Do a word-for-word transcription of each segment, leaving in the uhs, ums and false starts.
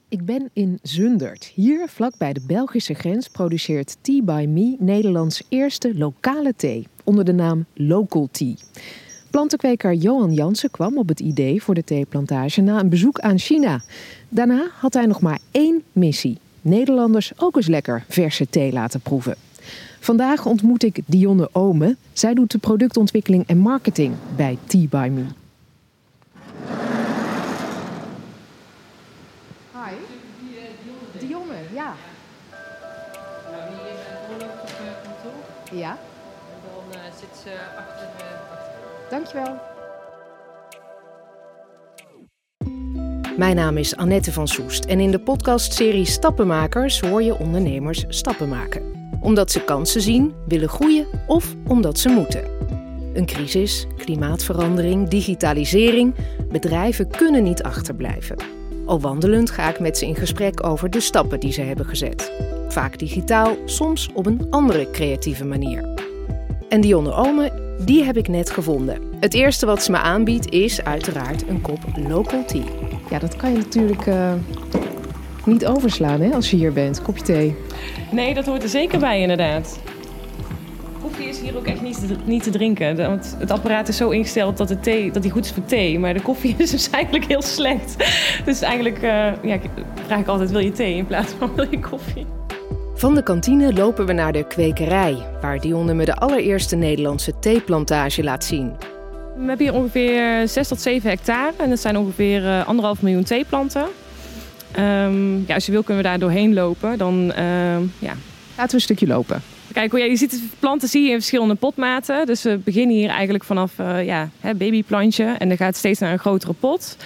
Ik ben in Zundert. Hier, vlakbij de Belgische grens, produceert Tea by Me Nederlands eerste lokale thee. Onder de naam Local Tea. Plantenkweker Johan Jansen kwam op het idee voor de theeplantage na een bezoek aan China. Daarna had hij nog maar één missie. Nederlanders ook eens lekker verse thee laten proeven. Vandaag ontmoet ik Dionne Ome. Zij doet de productontwikkeling en marketing bij Tea by Me. Hi. Dionne, ja. Nou, hier is een doorloop op kantoor. Ja, En dan uh, zit ze achter, uh, achter. dankjewel. Mijn naam is Annette van Soest en in de podcastserie Stappenmakers hoor je ondernemers stappen maken. Omdat ze kansen zien, willen groeien of omdat ze moeten. Een crisis, klimaatverandering, digitalisering. Bedrijven kunnen niet achterblijven. Al wandelend ga ik met ze in gesprek over de stappen die ze hebben gezet. Vaak digitaal, soms op een andere creatieve manier. En Dionne Ome, die heb ik net gevonden. Het eerste wat ze me aanbiedt is uiteraard een kop local tea. Ja, dat kan je natuurlijk uh, niet overslaan hè, als je hier bent. Kopje thee. Nee, dat hoort er zeker bij inderdaad. Koffie is hier ook echt niet te, niet te drinken. Want het apparaat is zo ingesteld dat, de thee, dat die goed is voor thee. Maar de koffie is dus eigenlijk heel slecht. Dus eigenlijk uh, ja, vraag ik altijd, wil je thee in plaats van wil je koffie? Van de kantine lopen we naar de kwekerij, waar Dionne me de allereerste Nederlandse theeplantage laat zien. We hebben hier ongeveer zes tot zeven hectare en dat zijn ongeveer uh, anderhalf miljoen theeplanten. Um, ja, als je wil kunnen we daar doorheen lopen. Dan, uh, ja. Laten we een stukje lopen. Kijk, ja, je ziet de planten zie je in verschillende potmaten. Dus we beginnen hier eigenlijk vanaf uh, ja, hè, babyplantje en dan gaat het steeds naar een grotere pot.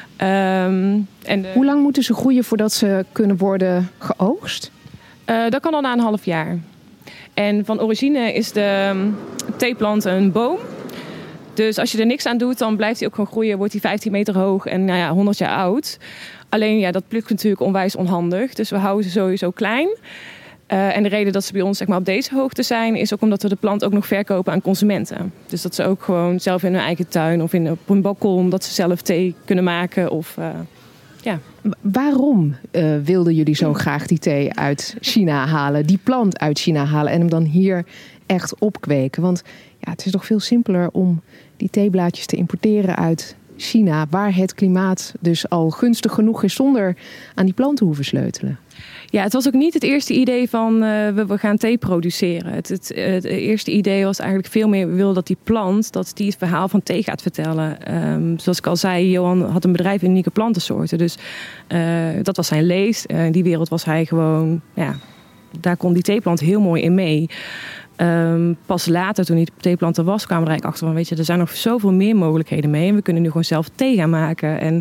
Um, en de... Hoe lang moeten ze groeien voordat ze kunnen worden geoogst? Uh, dat kan al na een half jaar. En van origine is de um, theeplant een boom. Dus als je er niks aan doet, dan blijft hij ook gewoon groeien. Wordt hij vijftien meter hoog en nou ja, honderd jaar oud. Alleen ja, dat plukt natuurlijk onwijs onhandig. Dus we houden ze sowieso klein. Uh, en de reden dat ze bij ons zeg maar, op deze hoogte zijn, is ook omdat we de plant ook nog verkopen aan consumenten. Dus dat ze ook gewoon zelf in hun eigen tuin of in, op hun balkon, dat ze zelf thee kunnen maken. Of, uh, ja. Waarom uh, wilden jullie zo graag die thee uit China halen, die plant uit China halen en hem dan hier echt opkweken? Want ja, het is toch veel simpeler om die theeblaadjes te importeren uit China, waar het klimaat dus al gunstig genoeg is zonder aan die plant te hoeven sleutelen. Ja, het was ook niet het eerste idee van uh, we, we gaan thee produceren. Het, het, het eerste idee was eigenlijk veel meer, we wilden dat die plant, dat die het verhaal van thee gaat vertellen. Um, zoals ik al zei, Johan had een bedrijf in unieke plantensoorten. Dus uh, dat was zijn lees. Uh, in die wereld was hij gewoon, ja, daar kon die theeplant heel mooi in mee. Um, pas later, toen die theeplant er was, kwamen we er eigenlijk achter van, weet je, er zijn nog zoveel meer mogelijkheden mee. En we kunnen nu gewoon zelf thee gaan maken. En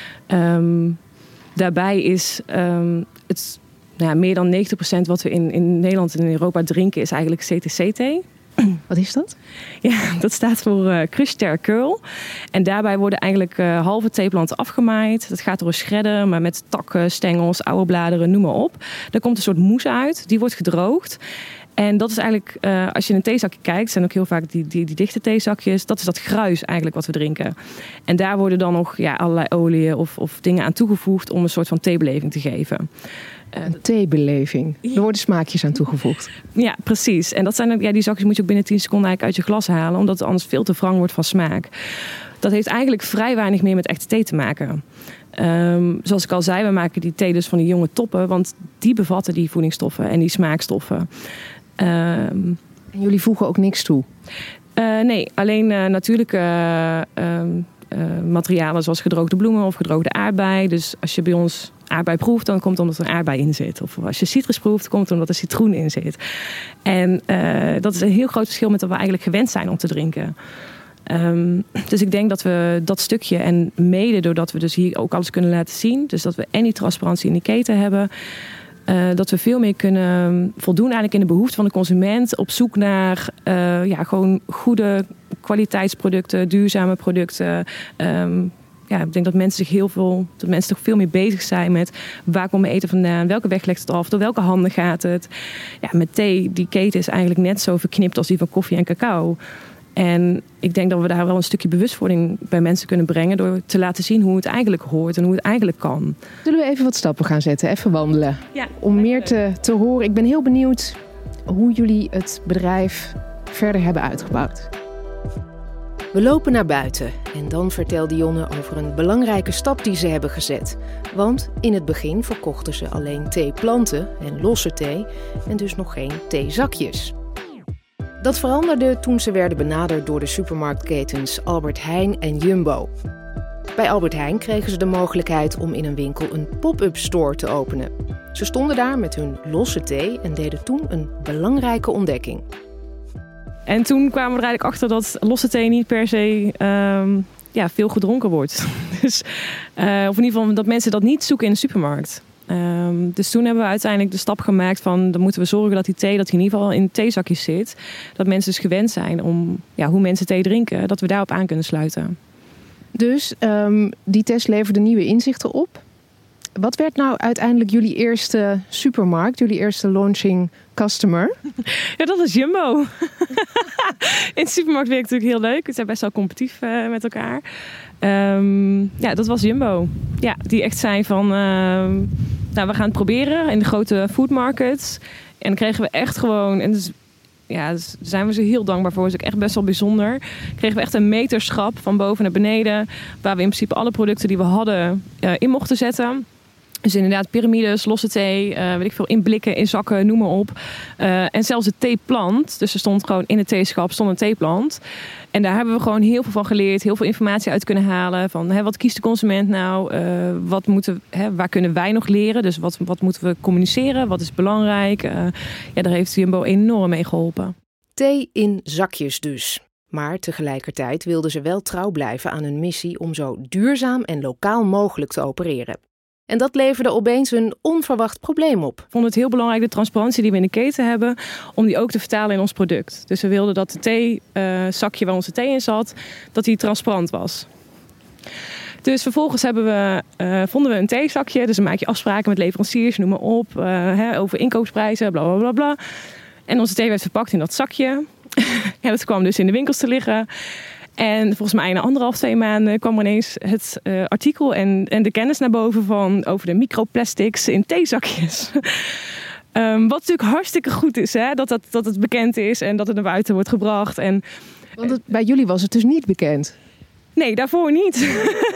um, daarbij is um, het... Nou ja, meer dan negentig procent wat we in, in Nederland en in Europa drinken is eigenlijk C T C-thee. Wat is dat? Ja, dat staat voor uh, Crushed Terra Curl. En daarbij worden eigenlijk uh, halve theeplanten afgemaaid. Dat gaat door een shredder, maar met takken, stengels, oude bladeren, noem maar op. Daar komt een soort moes uit, die wordt gedroogd. En dat is eigenlijk, uh, als je in een theezakje kijkt, zijn ook heel vaak die, die, die dichte theezakjes. Dat is dat gruis eigenlijk wat we drinken. En daar worden dan nog ja, allerlei oliën of, of dingen aan toegevoegd om een soort van theebeleving te geven. Een theebeleving. Er worden smaakjes aan toegevoegd. Ja, precies. En dat zijn, ja, die zakjes moet je ook binnen tien seconden eigenlijk uit je glas halen, omdat het anders veel te wrang wordt van smaak. Dat heeft eigenlijk vrij weinig meer met echte thee te maken. Um, zoals ik al zei, we maken die thee dus van die jonge toppen, want die bevatten die voedingsstoffen en die smaakstoffen. Um, en jullie voegen ook niks toe? Uh, nee, alleen uh, natuurlijke uh, um, uh, materialen zoals gedroogde bloemen of gedroogde aardbei. Dus als je bij ons aardbei proeft, dan komt het omdat er een aardbei in zit. Of als je citrus proeft, komt het omdat er citroen in zit. En uh, dat is een heel groot verschil met wat we eigenlijk gewend zijn om te drinken. Um, dus ik denk dat we dat stukje, en mede doordat we dus hier ook alles kunnen laten zien, dus dat we en die transparantie in die keten hebben, uh, dat we veel meer kunnen voldoen eigenlijk in de behoefte van de consument op zoek naar uh, ja, gewoon goede kwaliteitsproducten, duurzame producten. Um, Ja, ik denk dat mensen zich heel veel, dat mensen toch veel meer bezig zijn met waar komt mijn eten vandaan, welke weg legt het af, door welke handen gaat het. Ja, met thee, die keten is eigenlijk net zo verknipt als die van koffie en cacao. En ik denk dat we daar wel een stukje bewustwording bij mensen kunnen brengen door te laten zien hoe het eigenlijk hoort en hoe het eigenlijk kan. Zullen we even wat stappen gaan zetten, even wandelen? Ja, om meer te, te horen. Ik ben heel benieuwd hoe jullie het bedrijf verder hebben uitgebouwd. We lopen naar buiten en dan vertelt Dionne over een belangrijke stap die ze hebben gezet. Want in het begin verkochten ze alleen theeplanten en losse thee en dus nog geen theezakjes. Dat veranderde toen ze werden benaderd door de supermarktketens Albert Heijn en Jumbo. Bij Albert Heijn kregen ze de mogelijkheid om in een winkel een pop-up store te openen. Ze stonden daar met hun losse thee en deden toen een belangrijke ontdekking. En toen kwamen we er eigenlijk achter dat losse thee niet per se um, ja, veel gedronken wordt. Dus, uh, of in ieder geval dat mensen dat niet zoeken in de supermarkt. Um, dus toen hebben we uiteindelijk de stap gemaakt van... dan moeten we zorgen dat die thee, dat die in ieder geval in theezakjes zit. Dat mensen dus gewend zijn om ja, hoe mensen thee drinken, dat we daarop aan kunnen sluiten. Dus um, die test leverde nieuwe inzichten op. Wat werd nou uiteindelijk jullie eerste supermarkt, jullie eerste launching customer? Ja, dat is Jumbo. In de supermarkt werkt natuurlijk heel leuk. We zijn best wel competitief uh, met elkaar. Um, ja, dat was Jumbo. Ja, die echt zijn van... Uh, nou, we gaan het proberen in de grote foodmarkets. En dan kregen we echt gewoon... En dus, ja, dus daar zijn we ze heel dankbaar voor. Dat is ook echt best wel bijzonder. Kregen we echt een meterschap van boven naar beneden. Waar we in principe alle producten die we hadden uh, in mochten zetten. Dus inderdaad piramides, losse thee, uh, weet ik veel, in blikken, in zakken, noem maar op. Uh, en zelfs de theeplant. Dus er stond gewoon in het theeschap stond een theeplant. En daar hebben we gewoon heel veel van geleerd. Heel veel informatie uit kunnen halen. Van hè, wat kiest de consument nou? Uh, wat moeten, hè, waar kunnen wij nog leren? Dus wat, wat moeten we communiceren? Wat is belangrijk? Uh, ja, daar heeft Jumbo enorm mee geholpen. Thee in zakjes dus. Maar tegelijkertijd wilden ze wel trouw blijven aan hun missie om zo duurzaam en lokaal mogelijk te opereren. En dat leverde opeens een onverwacht probleem op. Ik vond het heel belangrijk, de transparantie die we in de keten hebben, om die ook te vertalen in ons product. Dus we wilden dat de theezakje uh, waar onze thee in zat, dat die transparant was. Dus vervolgens hebben we, uh, vonden we een theezakje. Dus dan maak je afspraken met leveranciers, noem maar op. Uh, hè, over inkoopsprijzen, bla bla bla bla. En onze thee werd verpakt in dat zakje. Ja, dat kwam dus in de winkels te liggen. En volgens mij na anderhalf, twee maanden kwam er ineens het uh, artikel en, en de kennis naar boven van over de microplastics in theezakjes. um, wat natuurlijk hartstikke goed is, hè? Dat, dat, dat het bekend is en dat het naar buiten wordt gebracht. En, Want het, bij jullie was het dus niet bekend? Nee, daarvoor niet.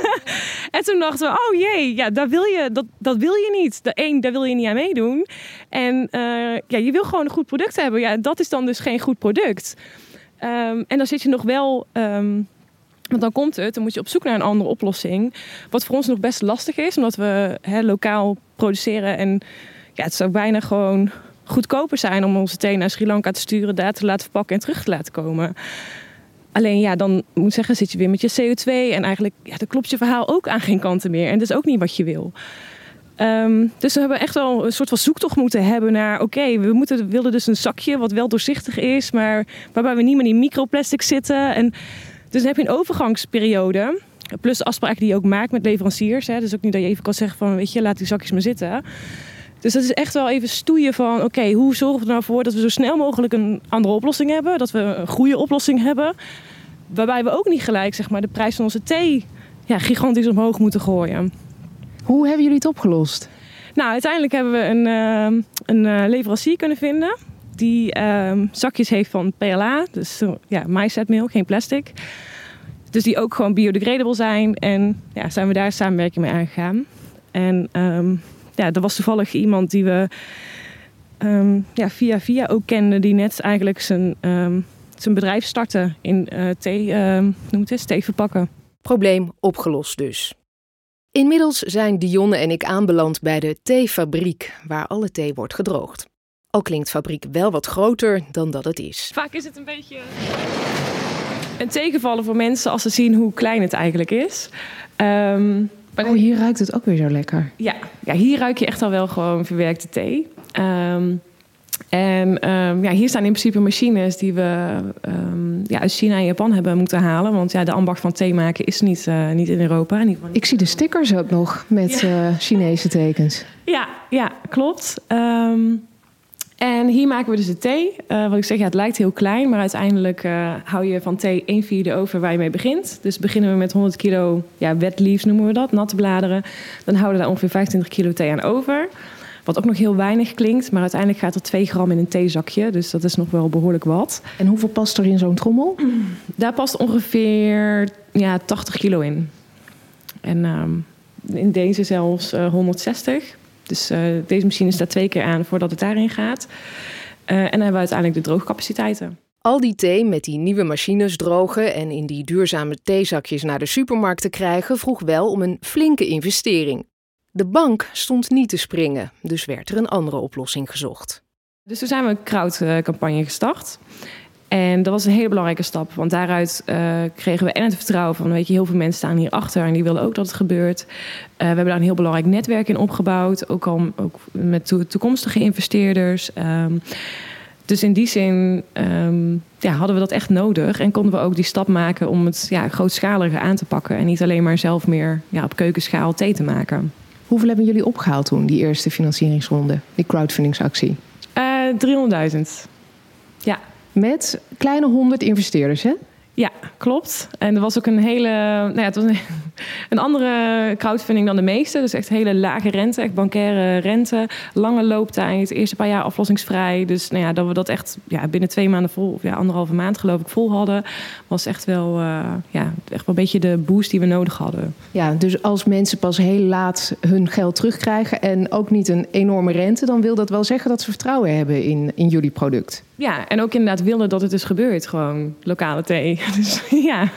En toen dachten we, oh jee, ja, daar wil je, dat, dat wil je niet. De één, daar wil je niet aan meedoen. En uh, ja, je wil gewoon een goed product hebben. Ja, dat is dan dus geen goed product. Um, en dan zit je nog wel, um, want dan komt het, dan moet je op zoek naar een andere oplossing. Wat voor ons nog best lastig is, omdat we he, lokaal produceren. En ja, het zou bijna gewoon goedkoper zijn om onze thee naar Sri Lanka te sturen, daar te laten verpakken en terug te laten komen. Alleen ja, dan moet ik zeggen, zit je weer met je C O twee en eigenlijk ja, dan klopt je verhaal ook aan geen kanten meer. En dat is ook niet wat je wil. Um, dus we hebben echt wel een soort van zoektocht moeten hebben naar... oké, okay, we moeten, wilden dus een zakje wat wel doorzichtig is... maar waarbij we niet meer in microplastic zitten. En dus dan heb je een overgangsperiode. Plus de afspraken die je ook maakt met leveranciers. Hè. Dus ook niet dat je even kan zeggen van... weet je, laat die zakjes maar zitten. Dus dat is echt wel even stoeien van... oké, okay, hoe zorgen we er nou voor dat we zo snel mogelijk een andere oplossing hebben? Dat we een goede oplossing hebben. Waarbij we ook niet gelijk zeg maar, de prijs van onze thee ja, gigantisch omhoog moeten gooien. Hoe hebben jullie het opgelost? Nou, uiteindelijk hebben we een, uh, een uh, leverancier kunnen vinden die uh, zakjes heeft van P L A, dus uh, ja, maïszetmeel, geen plastic. Dus die ook gewoon biodegradable zijn en ja, zijn we daar samenwerking mee aangegaan. En um, ja, er was toevallig iemand die we um, ja, via via ook kenden die net eigenlijk zijn, um, zijn bedrijf startte in uh, thee, uh, noem het eens, thee verpakken. Probleem opgelost dus. Inmiddels zijn Dionne en ik aanbeland bij de theefabriek, waar alle thee wordt gedroogd. Al klinkt fabriek wel wat groter dan dat het is. Vaak is het een beetje een tegenvaller voor mensen als ze zien hoe klein het eigenlijk is. Um, oh, hier ruikt het ook weer zo lekker. Ja, ja hier ruik je echt al wel gewoon verwerkte thee. Um, En um, ja, hier staan in principe machines die we um, ja, uit China en Japan hebben moeten halen. Want ja, de ambacht van thee maken is niet, uh, niet in Europa. In ieder geval niet. Ik zie de stickers ook nog met ja. uh, Chinese tekens. Ja, ja klopt. Um, En hier maken we dus de thee. Uh, wat ik zeg, ja, het lijkt heel klein, maar uiteindelijk uh, hou je van thee een vierde over waar je mee begint. Dus beginnen we met honderd kilo ja, wet leaves noemen we dat, natte bladeren. Dan houden we daar ongeveer vijfentwintig kilo thee aan over. Wat ook nog heel weinig klinkt, maar uiteindelijk gaat er twee gram in een theezakje. Dus dat is nog wel behoorlijk wat. En hoeveel past er in zo'n trommel? Daar past ongeveer ja, tachtig kilo in. En um, in deze zelfs uh, honderdzestig. Dus uh, deze machine staat twee keer aan voordat het daarin gaat. Uh, en dan hebben we uiteindelijk de droogcapaciteiten. Al die thee met die nieuwe machines drogen en in die duurzame theezakjes naar de supermarkt te krijgen, vroeg wel om een flinke investering. De bank stond niet te springen, dus werd er een andere oplossing gezocht. Dus toen zijn we een crowdcampagne gestart. En dat was een hele belangrijke stap. Want daaruit uh, kregen we en het vertrouwen van, weet je, heel veel mensen staan hier achter en die willen ook dat het gebeurt. Uh, we hebben daar een heel belangrijk netwerk in opgebouwd. Ook al ook met to- toekomstige investeerders. Um, dus in die zin um, ja, hadden we dat echt nodig. En konden we ook die stap maken om het ja, grootschaliger aan te pakken. En niet alleen maar zelf meer ja, op keukenschaal thee te maken. Hoeveel hebben jullie opgehaald toen, die eerste financieringsronde, die crowdfundingsactie? Uh, driehonderdduizend. Ja. Met kleine honderd investeerders, hè? Ja, klopt. En er was ook een hele... Nou ja, het was een, een andere crowdfunding dan de meeste. Dus echt hele lage rente, echt bankaire rente. Lange looptijd, eerste paar jaar aflossingsvrij. Dus nou ja, dat we dat echt ja, binnen twee maanden vol... of ja, anderhalve maand geloof ik vol hadden... was echt wel, uh, ja, echt wel een beetje de boost die we nodig hadden. Ja, dus als mensen pas heel laat hun geld terugkrijgen... en ook niet een enorme rente... dan wil dat wel zeggen dat ze vertrouwen hebben in, in jullie product. Ja, en ook inderdaad willen dat het dus gebeurt. Gewoon lokale thee. Dus ja.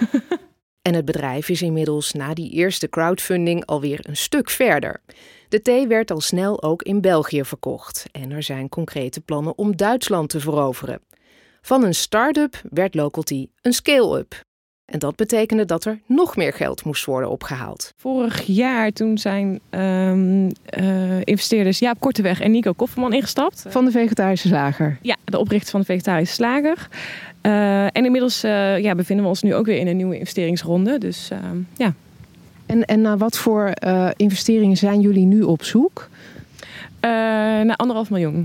En het bedrijf is inmiddels na die eerste crowdfunding alweer een stuk verder. De thee werd al snel ook in België verkocht. En er zijn concrete plannen om Duitsland te veroveren. Van een start-up werd Local Tea een scale-up. En dat betekende dat er nog meer geld moest worden opgehaald. Vorig jaar toen zijn um, uh, investeerders Jaap Korteweg en Nico Kofferman ingestapt. Van de Vegetarische Slager? Ja, de oprichter van de Vegetarische Slager. Uh, en inmiddels uh, ja, bevinden we ons nu ook weer in een nieuwe investeringsronde. Dus uh, ja. En, en naar wat voor uh, investeringen zijn jullie nu op zoek? Uh, naar anderhalf miljoen.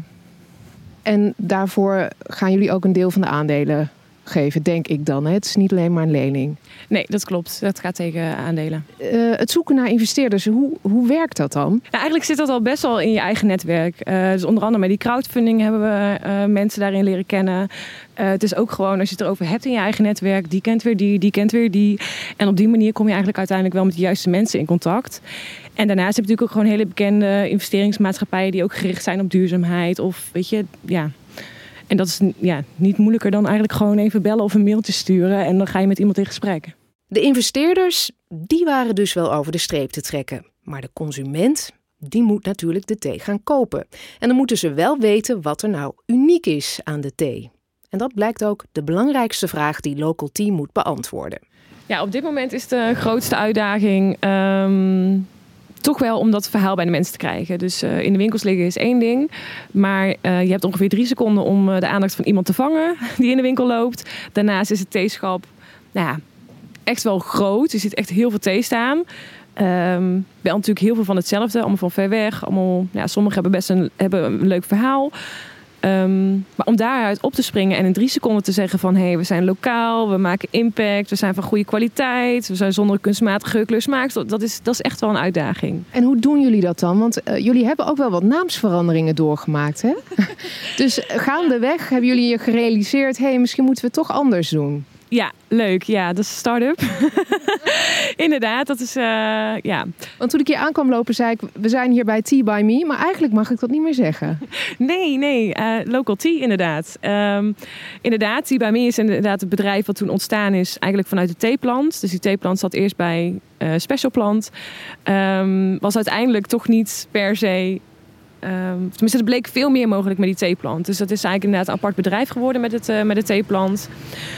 En daarvoor gaan jullie ook een deel van de aandelen geven, denk ik dan. Hè? Het is niet alleen maar een lening. Nee, dat klopt. Dat gaat tegen aandelen. Uh, het zoeken naar investeerders, hoe, hoe werkt dat dan? Nou, eigenlijk zit dat al best wel in je eigen netwerk. Uh, dus onder andere met die crowdfunding hebben we uh, mensen daarin leren kennen. Uh, het is ook gewoon, als je het erover hebt in je eigen netwerk, die kent weer die, die kent weer die. En op die manier kom je eigenlijk uiteindelijk wel met de juiste mensen in contact. En daarnaast heb je natuurlijk ook gewoon hele bekende investeringsmaatschappijen die ook gericht zijn op duurzaamheid. Of weet je, ja... En dat is ja, niet moeilijker dan eigenlijk gewoon even bellen of een mailtje sturen. En dan ga je met iemand in gesprek. De investeerders, die waren dus wel over de streep te trekken. Maar de consument, die moet natuurlijk de thee gaan kopen. En dan moeten ze wel weten wat er nou uniek is aan de thee. En dat blijkt ook de belangrijkste vraag die Local Tea moet beantwoorden. Ja, op dit moment is de grootste uitdaging... Um... toch wel om dat verhaal bij de mensen te krijgen. Dus uh, in de winkels liggen is één ding. Maar uh, je hebt ongeveer drie seconden om uh, de aandacht van iemand te vangen die in de winkel loopt. Daarnaast is het theeschap nou ja, echt wel groot. Er zit echt heel veel thee staan. Um, wel natuurlijk heel veel van hetzelfde. Allemaal van ver weg. Allemaal, ja, sommigen hebben best een, hebben een leuk verhaal. Um, maar om daaruit op te springen en in drie seconden te zeggen van... hé, hey, we zijn lokaal, we maken impact, we zijn van goede kwaliteit... we zijn zonder kunstmatige geur, kleur, smaak. Dat is, dat is echt wel een uitdaging. En hoe doen jullie dat dan? Want uh, jullie hebben ook wel wat naamsveranderingen doorgemaakt, hè? Dus gaandeweg hebben jullie je gerealiseerd... hé, hey, misschien moeten we het toch anders doen. Ja, leuk. Ja, dat is een start-up. Inderdaad, dat is, uh, ja. Want toen ik hier aankwam lopen, zei ik... we zijn hier bij Tea by Me, maar eigenlijk mag ik dat niet meer zeggen. Nee, nee. Uh, Local Tea, inderdaad. Um, inderdaad, Tea by Me is inderdaad het bedrijf wat toen ontstaan is... eigenlijk vanuit de theeplant. Dus die theeplant zat eerst bij uh, Special Plant. Um, was uiteindelijk toch niet per se... Um, tenminste, er bleek veel meer mogelijk met die theeplant. Dus dat is eigenlijk inderdaad een apart bedrijf geworden met, het, uh, met de theeplant...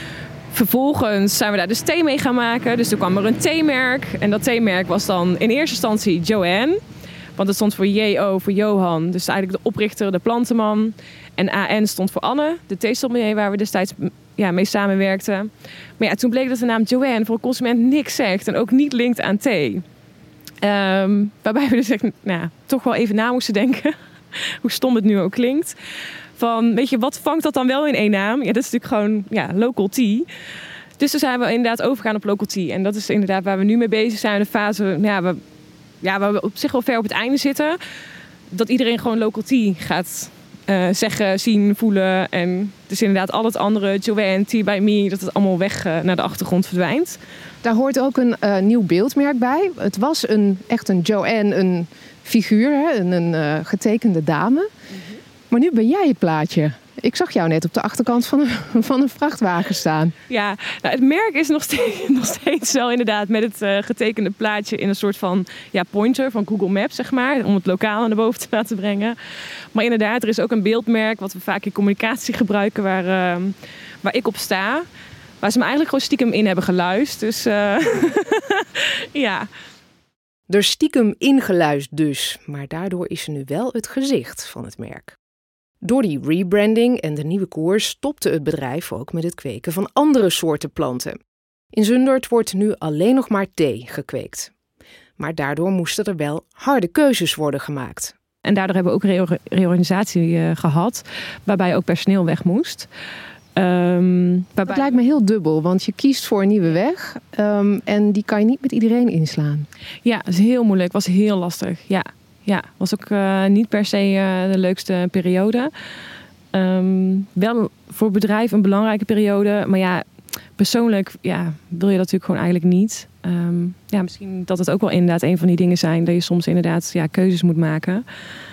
Vervolgens zijn we daar dus thee mee gaan maken. Dus toen kwam er een theemerk. En dat theemerk was dan in eerste instantie Joanne. Want het stond voor J O voor Johan. Dus eigenlijk de oprichter, de plantenman. En A N stond voor Anne, de theesommelier waar we destijds ja, mee samenwerkten. Maar ja, toen bleek dat de naam Joanne voor een consument niks zegt. En ook niet linkt aan thee. Um, waarbij we dus echt, nou, toch wel even na moesten denken. hoe stom het nu ook klinkt. Van, weet je, wat vangt dat dan wel in één naam? Ja, dat is natuurlijk gewoon ja, local tea. Dus toen zijn we inderdaad overgegaan op local tea. En dat is inderdaad waar we nu mee bezig zijn. In de fase ja, waar, ja, waar we op zich wel ver op het einde zitten. Dat iedereen gewoon local tea gaat uh, zeggen, zien, voelen. En dus inderdaad al het andere, Joanne, Tea by Me, dat het allemaal weg uh, naar de achtergrond verdwijnt. Daar hoort ook een uh, nieuw beeldmerk bij. Het was een, echt een Joanne, een figuur, hè? een, een uh, getekende dame. Mm-hmm. Maar nu ben jij het plaatje. Ik zag jou net op de achterkant van een, van een vrachtwagen staan. Ja, nou, het merk is nog steeds, nog steeds wel inderdaad met het uh, getekende plaatje in een soort van ja, pointer van Google Maps, zeg maar. Om het lokaal naar boven te laten brengen. Maar inderdaad, er is ook een beeldmerk wat we vaak in communicatie gebruiken waar, uh, waar ik op sta. Waar ze me eigenlijk gewoon stiekem in hebben geluisterd. Dus uh, ja. Er stiekem ingeluisterd dus. Maar daardoor is ze nu wel het gezicht van het merk. Door die rebranding en de nieuwe koers stopte het bedrijf ook met het kweken van andere soorten planten. In Zundert wordt nu alleen nog maar thee gekweekt. Maar daardoor moesten er wel harde keuzes worden gemaakt. En daardoor hebben we ook re- reorganisatie uh, gehad, waarbij ook personeel weg moest. Um, waarbij... Het lijkt me heel dubbel, want je kiest voor een nieuwe weg um, en die kan je niet met iedereen inslaan. Ja, dat is heel moeilijk. Het was heel lastig, ja. Ja, was ook uh, niet per se uh, de leukste periode. Um, wel voor het bedrijf een belangrijke periode. Maar ja, persoonlijk ja, wil je dat natuurlijk gewoon eigenlijk niet. Um, ja, misschien dat het ook wel inderdaad een van die dingen zijn. Dat je soms inderdaad ja, keuzes moet maken.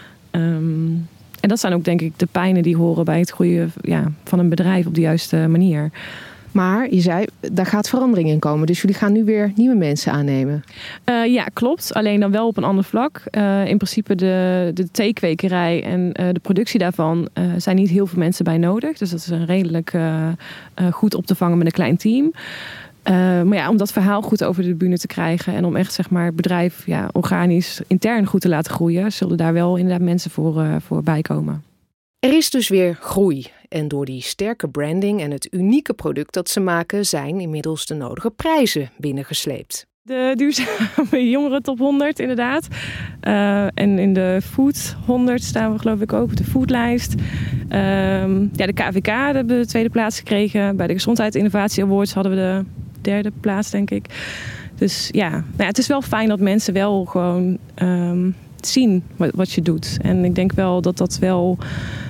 Um, en dat zijn ook denk ik de pijnen die horen bij het groeien ja, van een bedrijf op de juiste manier. Maar je zei, daar gaat verandering in komen. Dus jullie gaan nu weer nieuwe mensen aannemen. Uh, ja, klopt. Alleen dan wel op een ander vlak. Uh, in principe de, de theekwekerij en uh, de productie daarvan uh, zijn niet heel veel mensen bij nodig. Dus dat is een redelijk uh, uh, goed op te vangen met een klein team. Uh, maar ja, om dat verhaal goed over de bühne te krijgen en om echt zeg maar het bedrijf ja, organisch intern goed te laten groeien, zullen daar wel inderdaad mensen voor, uh, voor bijkomen. Er is dus weer groei. En door die sterke branding en het unieke product dat ze maken, zijn inmiddels de nodige prijzen binnengesleept. De duurzame jongeren top honderd inderdaad. Uh, en in de food honderd staan we geloof ik ook op de foodlijst. Uh, ja, de K V K hebben we de tweede plaats gekregen. Bij de Gezondheid Innovatie Awards hadden we de derde plaats denk ik. Dus ja, nou ja het is wel fijn dat mensen wel gewoon um, zien wat, wat je doet. En ik denk wel dat dat wel...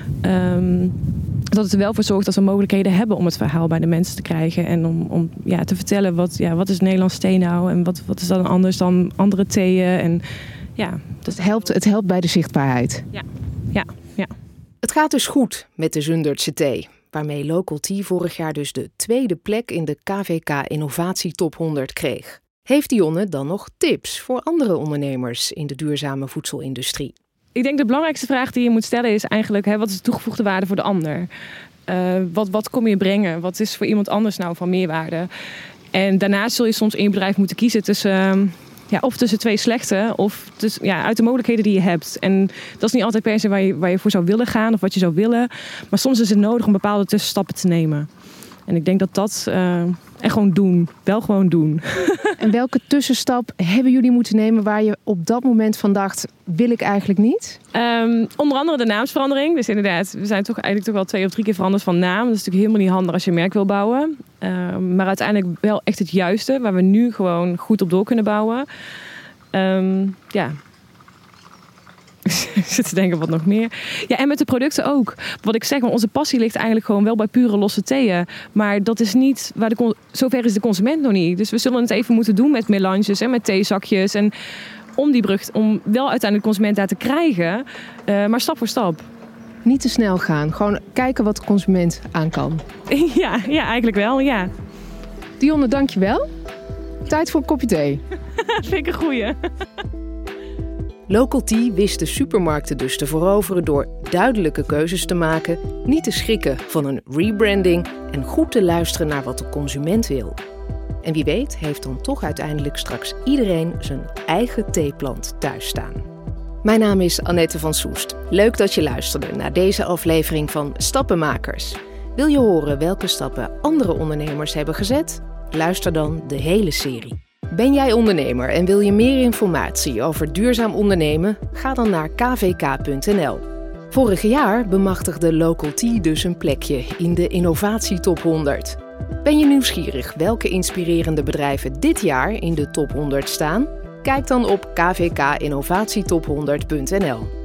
Um, dat het er wel voor zorgt dat we mogelijkheden hebben om het verhaal bij de mensen te krijgen. En om, om ja, te vertellen wat, ja, wat is Nederlands thee nou en wat, wat is dan anders dan andere theeën. En, ja, dat het, helpt, het helpt bij de zichtbaarheid. Ja, ja, ja. Het gaat dus goed met de Zundertse thee. Waarmee Local Tea vorig jaar dus de tweede plek in de K V K Innovatie Top honderd kreeg. Heeft Dionne dan nog tips voor andere ondernemers in de duurzame voedselindustrie? Ik denk de belangrijkste vraag die je moet stellen is eigenlijk, hè, wat is de toegevoegde waarde voor de ander? Uh, wat, wat kom je brengen? Wat is voor iemand anders nou van meerwaarde? En daarnaast zul je soms in je bedrijf moeten kiezen tussen, uh, ja, of tussen twee slechte of tussen, ja, uit de mogelijkheden die je hebt. En dat is niet altijd per se waar je, waar je voor zou willen gaan of wat je zou willen. Maar soms is het nodig om bepaalde tussenstappen te nemen. En ik denk dat dat... Uh, en gewoon doen. Wel gewoon doen. En welke tussenstap hebben jullie moeten nemen waar je op dat moment van dacht, wil ik eigenlijk niet? Um, onder andere de naamsverandering. Dus inderdaad, we zijn toch eigenlijk toch wel twee of drie keer veranderd van naam. Dat is natuurlijk helemaal niet handig als je een merk wil bouwen. Um, maar uiteindelijk wel echt het juiste, waar we nu gewoon goed op door kunnen bouwen. Um, ja... Ik zit te denken, wat nog meer. Ja, en met de producten ook. Wat ik zeg, onze passie ligt eigenlijk gewoon wel bij pure losse theeën. Maar dat is niet, waar de, zover is de consument nog niet. Dus we zullen het even moeten doen met melanges en met theezakjes. En om die brug, om wel uiteindelijk de consument daar te krijgen. Uh, maar stap voor stap. Niet te snel gaan. Gewoon kijken wat de consument aan kan. Ja, ja, eigenlijk wel, ja. Dionne, dankjewel. Tijd voor een kopje thee. Vind ik een goeie. Local Tea wist de supermarkten dus te veroveren door duidelijke keuzes te maken, niet te schrikken van een rebranding en goed te luisteren naar wat de consument wil. En wie weet heeft dan toch uiteindelijk straks iedereen zijn eigen theeplant thuis staan. Mijn naam is Annette van Soest. Leuk dat je luisterde naar deze aflevering van Stappenmakers. Wil je horen welke stappen andere ondernemers hebben gezet? Luister dan de hele serie. Ben jij ondernemer en wil je meer informatie over duurzaam ondernemen? Ga dan naar k v k punt n l. Vorig jaar bemachtigde Local Tea dus een plekje in de Innovatietop honderd. Ben je nieuwsgierig welke inspirerende bedrijven dit jaar in de top honderd staan? Kijk dan op k v k innovatietop honderd punt n l.